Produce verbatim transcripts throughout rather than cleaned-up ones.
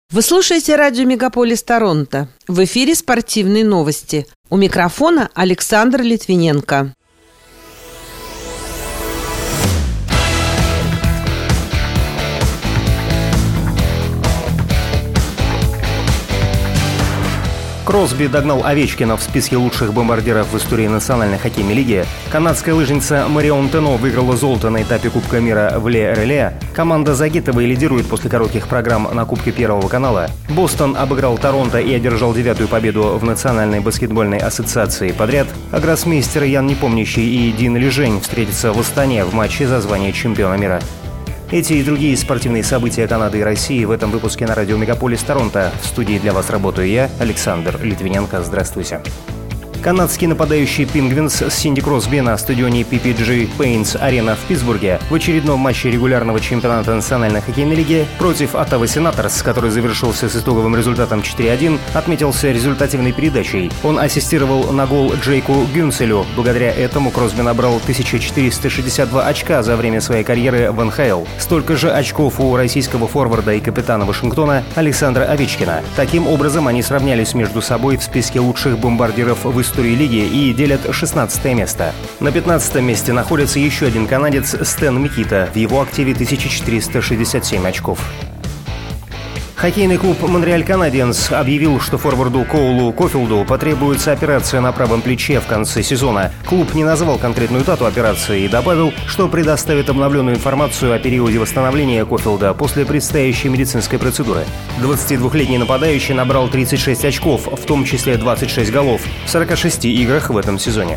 Вы слушаете радио «Мегаполис Торонто». В эфире спортивные новости. У микрофона Александр Литвиненко. Кросби догнал Овечкина в списке лучших бомбардиров в истории Национальной хоккейной лиги. Канадская лыжница Марион Тено выиграла золото на этапе Кубка мира в Ле-Реле. Команда Загитовой лидирует после коротких программ на Кубке Первого канала. Бостон обыграл Торонто и одержал девятую победу в Национальной баскетбольной ассоциации подряд. А гроссмейстер Ян Непомнящий и Дин Лижень встретятся в Астане в матче за звание чемпиона мира. Эти и другие спортивные события Канады и России в этом выпуске на радио «Мегаполис Торонто». В студии для вас работаю я, Александр Литвиненко. Здравствуйте. Канадский нападающий «Пингвинс» Синди Кросби на стадионе пи пи джи Пейнс Арена в Питтсбурге в очередном матче регулярного чемпионата Национальной хоккейной лиги против Оттавы Сенаторс, который завершился с итоговым результатом четыре один, отметился результативной передачей. Он ассистировал на гол Джейку Гюнцелю. Благодаря этому Кросби набрал тысяча четыреста шестьдесят два очка за время своей карьеры в эн ха эл. Столько же очков у российского форварда и капитана Вашингтона Александра Овечкина. Таким образом, они сравнялись между собой в списке лучших бомбардиров в истории истории лиги и делят шестнадцатое место. На пятнадцатом месте находится еще один канадец Стэн Микита. В его активе тысяча четыреста шестьдесят семь очков. Хоккейный клуб «Монреаль Канадиенс» объявил, что форварду Коулу Кофилду потребуется операция на правом плече в конце сезона. Клуб не назвал конкретную дату операции и добавил, что предоставит обновленную информацию о периоде восстановления Кофилда после предстоящей медицинской процедуры. двадцатидвухлетний нападающий набрал тридцать шесть очков, в том числе двадцать шесть голов, в сорока шести играх в этом сезоне.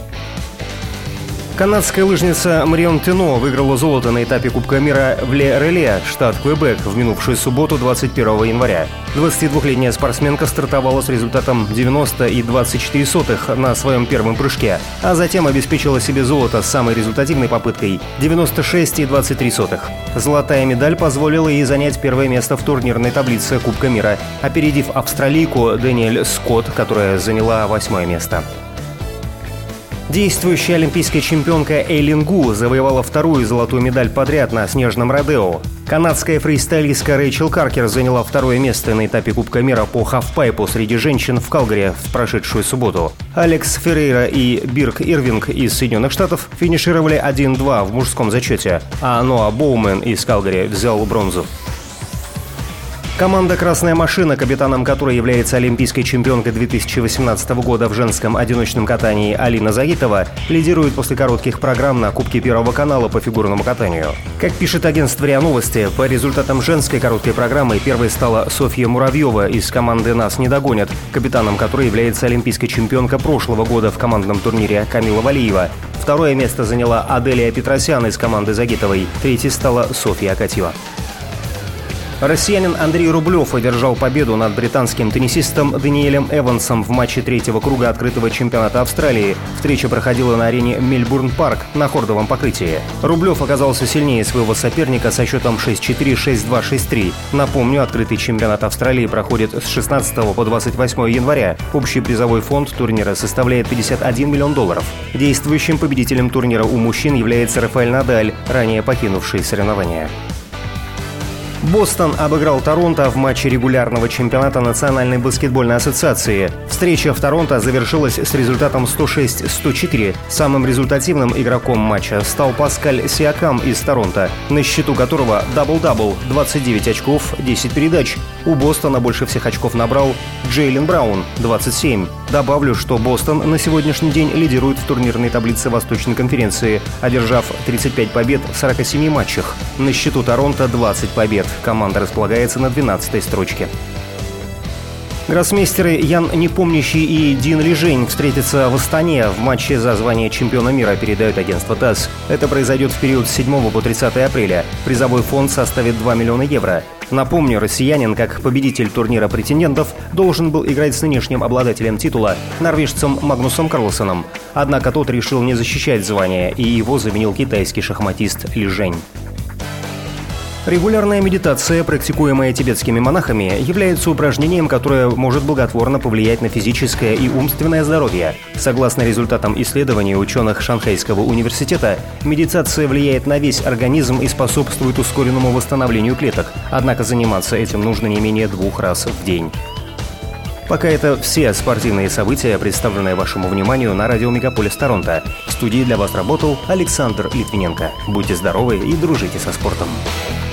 Канадская лыжница Марион Тено выиграла золото на этапе Кубка мира в Ле-Реле, штат Квебек, в минувшую субботу, двадцать первого января. двадцатидвухлетняя спортсменка стартовала с результатом девяносто и двадцать четыре сотых на своем первом прыжке, а затем обеспечила себе золото с самой результативной попыткой – девяносто шесть и двадцать три сотых. Золотая медаль позволила ей занять первое место в турнирной таблице Кубка мира, опередив австралийку Дэниэль Скотт, которая заняла восьмое место. Действующая олимпийская чемпионка Эйлин Гу завоевала вторую золотую медаль подряд на снежном родео. Канадская фристайлистка Рэйчел Каркер заняла второе место на этапе Кубка мира по хафпайпу среди женщин в Калгари в прошедшую субботу. Алекс Феррейра и Бирк Ирвинг из Соединенных Штатов финишировали один-два в мужском зачете, а Ноа Боумен из Калгари взял бронзу. Команда «Красная машина», капитаном которой является олимпийская чемпионка две тысячи восемнадцатого года в женском одиночном катании Алина Загитова, лидирует после коротких программ на Кубке Первого канала по фигурному катанию. Как пишет агентство РИА Новости, по результатам женской короткой программы первой стала Софья Муравьева из команды «Нас не догонят», капитаном которой является олимпийская чемпионка прошлого года в командном турнире Камила Валиева. Второе место заняла Аделия Петросян из команды Загитовой, третьей стала Софья Акатьева. Россиянин Андрей Рублев одержал победу над британским теннисистом Даниэлем Эвансом в матче третьего круга открытого чемпионата Австралии. Встреча проходила на арене Мельбурн-Парк на кордовом покрытии. Рублев оказался сильнее своего соперника со счетом шесть четыре, шесть два, шесть три. Напомню, открытый чемпионат Австралии проходит с шестнадцатого по двадцать восьмое января. Общий призовой фонд турнира составляет пятьдесят один миллион долларов. Действующим победителем турнира у мужчин является Рафаэль Надаль, ранее покинувший соревнования. Бостон обыграл Торонто в матче регулярного чемпионата Национальной баскетбольной ассоциации. Встреча в Торонто завершилась с результатом сто шесть сто четыре. Самым результативным игроком матча стал Паскаль Сиакам из Торонто, на счету которого дабл-дабл – двадцать девять очков, десять передач. У Бостона больше всех очков набрал Джейлен Браун – двадцать семь. Добавлю, что Бостон на сегодняшний день лидирует в турнирной таблице Восточной конференции, одержав тридцать пять побед в сорока семи матчах. На счету Торонто двадцать побед. Команда располагается на двенадцатой строчке. Гроссмейстеры Ян Непомнящий и Дин Лижень встретятся в Астане в матче за звание чемпиона мира, передает агентство ТАСС. Это произойдет в период с седьмого по тридцатое апреля. Призовой фонд составит два миллиона евро. Напомню, россиянин, как победитель турнира претендентов, должен был играть с нынешним обладателем титула, норвежцем Магнусом Карлсоном. Однако тот решил не защищать звание, и его заменил китайский шахматист Лижень. Регулярная медитация, практикуемая тибетскими монахами, является упражнением, которое может благотворно повлиять на физическое и умственное здоровье. Согласно результатам исследований ученых Шанхайского университета, медитация влияет на весь организм и способствует ускоренному восстановлению клеток, однако заниматься этим нужно не менее двух раз в день. Пока это все спортивные события, представленные вашему вниманию на радио Мегаполис Торонто. В студии для вас работал Александр Литвиненко. Будьте здоровы и дружите со спортом.